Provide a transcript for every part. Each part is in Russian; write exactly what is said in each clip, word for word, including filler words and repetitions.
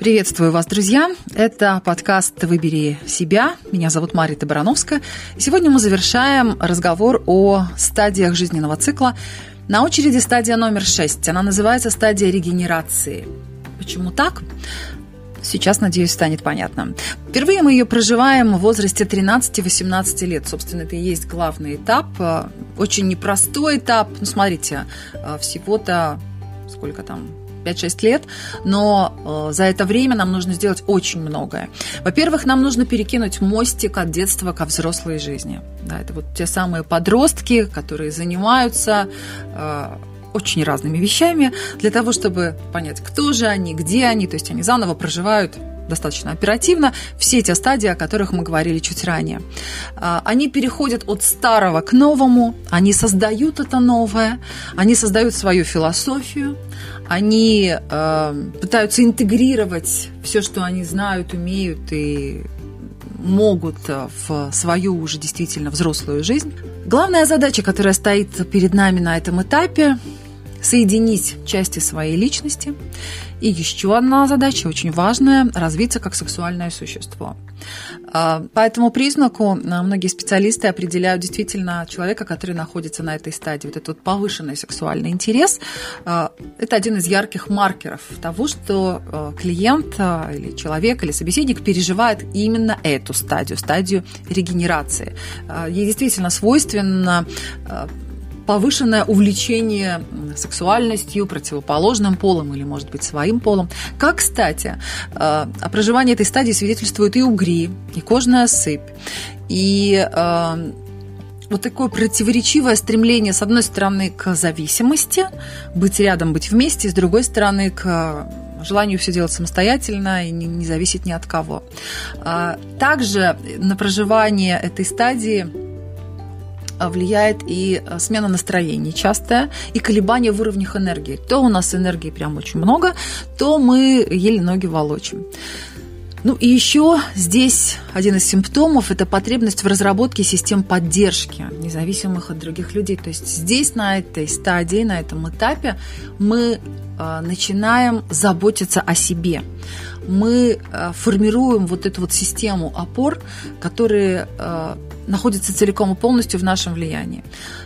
Приветствую вас, друзья. Это подкаст «Выбери себя». Меня зовут Мария Барановская. И сегодня мы завершаем разговор о стадиях жизненного цикла. На очереди стадия номер шесть. Она называется стадия регенерации. Почему так? Сейчас, надеюсь, станет понятно. Впервые мы ее проживаем в возрасте тринадцати-восемнадцати лет. Собственно, это и есть главный этап. Очень непростой этап. Ну, смотрите, всего-то сколько там... пять-шесть лет, но э, за это время нам нужно сделать очень многое. Во-первых, нам нужно перекинуть мостик от детства ко взрослой жизни. Да, это вот те самые подростки, которые занимаются э, очень разными вещами для того, чтобы понять, кто же они, где они, то есть они заново проживают достаточно оперативно все те стадии, о которых мы говорили чуть ранее. Они переходят от старого к новому, они создают это новое, они создают свою философию, они э, пытаются интегрировать все, что они знают, умеют и могут в свою уже действительно взрослую жизнь. Главная задача, которая стоит перед нами на этом этапе – соединить части своей личности. И еще одна задача, очень важная – развиться как сексуальное существо. По этому признаку многие специалисты определяют действительно человека, который находится на этой стадии. Вот этот вот повышенный сексуальный интерес – это один из ярких маркеров того, что клиент или человек, или собеседник переживает именно эту стадию, стадию регенерации. Ей действительно свойственно повышенное увлечение сексуальностью, противоположным полом или, может быть, своим полом. Как, кстати, о проживании этой стадии свидетельствуют и угри, и кожная сыпь, и э, вот такое противоречивое стремление, с одной стороны, к зависимости, быть рядом, быть вместе, с другой стороны, к желанию все делать самостоятельно и не, не зависеть ни от кого. Также на проживание этой стадии влияет и смена настроений частая, и колебания в уровнях энергии. То у нас энергии прям очень много, то мы еле ноги волочим. Ну и еще здесь один из симптомов – это потребность в разработке систем поддержки, независимых от других людей. То есть здесь, на этой стадии, на этом этапе мы начинаем заботиться о себе. Мы формируем вот эту вот систему опор, которые находятся целиком и полностью в нашем влиянии.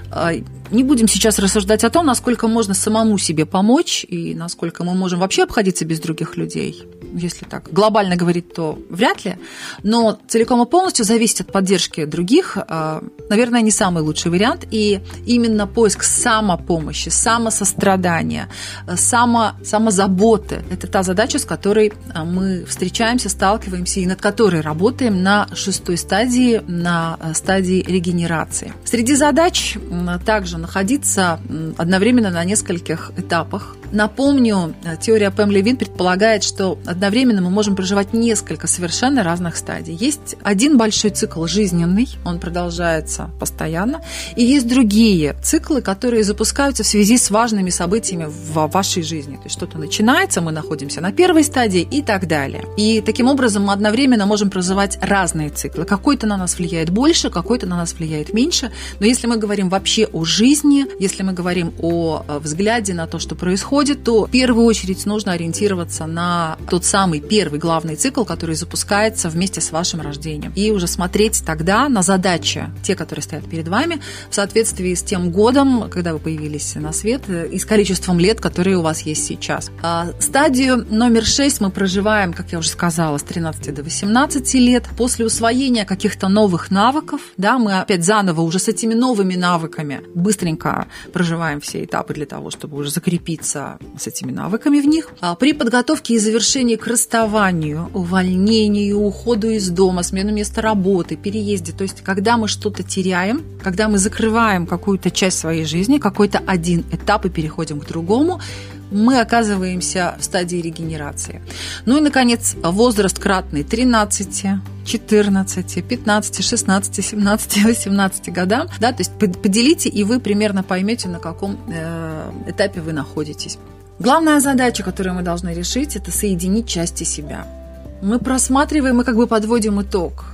Не будем сейчас рассуждать о том, насколько можно самому себе помочь и насколько мы можем вообще обходиться без других людей. Если так глобально говорить, то вряд ли. Но целиком и полностью зависеть от поддержки других, наверное, не самый лучший вариант. И именно поиск самопомощи, самосострадания, само, самозаботы – это та задача, с которой мы встречаемся, сталкиваемся и над которой работаем на шестой стадии, на стадии регенерации. Среди задач также находиться одновременно на нескольких этапах. Напомню, теория Пэм Левин предполагает, что одновременно мы можем проживать несколько совершенно разных стадий. Есть один большой цикл жизненный, он продолжается постоянно, и есть другие циклы, которые запускаются в связи с важными событиями в вашей жизни. То есть что-то начинается, мы находимся на первой стадии и так далее. И таким образом мы одновременно можем проживать разные циклы. Какой-то на нас влияет больше, какой-то на нас влияет меньше. Но если мы говорим вообще о жизни, если мы говорим о взгляде на то, что происходит, то в первую очередь нужно ориентироваться на тот самый первый главный цикл, который запускается вместе с вашим рождением. И уже смотреть тогда на задачи, те, которые стоят перед вами, в соответствии с тем годом, когда вы появились на свет, и с количеством лет, которые у вас есть сейчас. А стадию номер шесть мы проживаем, как я уже сказала, с тринадцати до восемнадцати лет. После усвоения каких-то новых навыков, да, мы опять заново уже с этими новыми навыками быстренько проживаем все этапы для того, чтобы уже закрепиться с этими навыками в них. А при подготовке и завершении к расставанию, увольнению, уходу из дома, смену места работы, переезде, то есть когда мы что-то теряем, когда мы закрываем какую-то часть своей жизни, какой-то один этап и переходим к другому, мы оказываемся в стадии регенерации. Ну и, наконец, возраст кратный тринадцати, четырнадцати, пятнадцати, шестнадцати, семнадцати, восемнадцати годам. Да, то есть поделите, и вы примерно поймете, на каком этапе вы находитесь. Главная задача, которую мы должны решить, это соединить части себя. Мы просматриваем, мы как бы подводим итог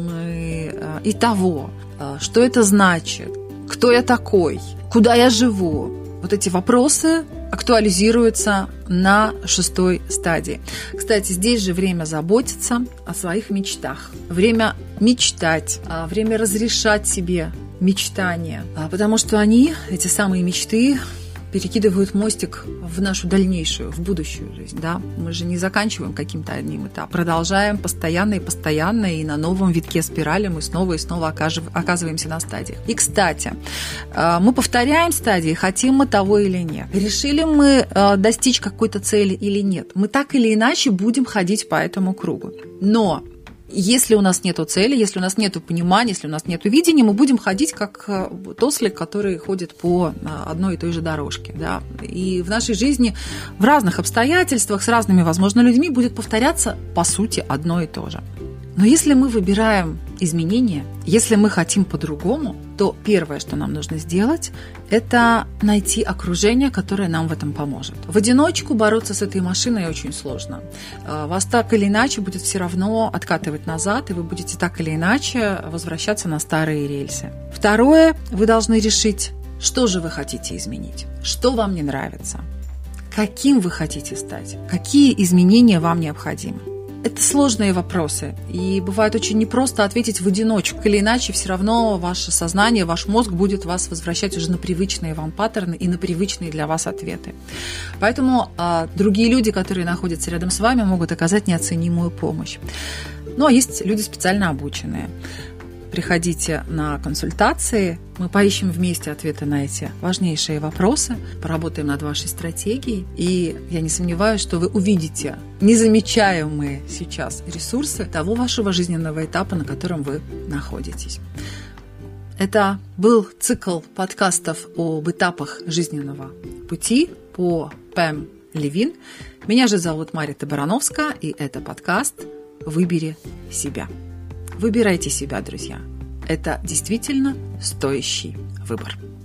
мы, и того, что это значит, кто я такой, куда я живу, вот эти вопросы актуализируются на шестой стадии. Кстати, здесь же время заботиться о своих мечтах, время мечтать, время разрешать себе мечтания, потому что они, эти самые мечты, перекидывают мостик в нашу дальнейшую, в будущую жизнь. Да? Мы же не заканчиваем каким-то одним этапом. Продолжаем постоянно и постоянно, и на новом витке спирали мы снова и снова оказываемся на стадиях. И, кстати, мы повторяем стадии, хотим мы того или нет. Решили мы достичь какой-то цели или нет. Мы так или иначе будем ходить по этому кругу. Но если у нас нет цели, если у нас нет понимания, если у нас нет видения, мы будем ходить как ослик, который ходит по одной и той же дорожке. Да? И в нашей жизни в разных обстоятельствах с разными, возможно, людьми будет повторяться, по сути, одно и то же. Но если мы выбираем изменения, если мы хотим по-другому, то первое, что нам нужно сделать, это найти окружение, которое нам в этом поможет. В одиночку бороться с этой машиной очень сложно. Вас так или иначе будет все равно откатывать назад, и вы будете так или иначе возвращаться на старые рельсы. Второе, вы должны решить, что же вы хотите изменить, что вам не нравится, каким вы хотите стать, какие изменения вам необходимы. Это сложные вопросы, и бывает очень непросто ответить в одиночку. Или иначе все равно ваше сознание, ваш мозг будет вас возвращать уже на привычные вам паттерны и на привычные для вас ответы. Поэтому а, другие люди, которые находятся рядом с вами, могут оказать неоценимую помощь. Ну, а есть люди специально обученные. Приходите на консультации, мы поищем вместе ответы на эти важнейшие вопросы, поработаем над вашей стратегией, и я не сомневаюсь, что вы увидите незамечаемые сейчас ресурсы того вашего жизненного этапа, на котором вы находитесь. Это был цикл подкастов об этапах жизненного пути по Пэм Левин. Меня же зовут Марита Барановска, и это подкаст «Выбери себя». Выбирайте себя, друзья. Это действительно стоящий выбор.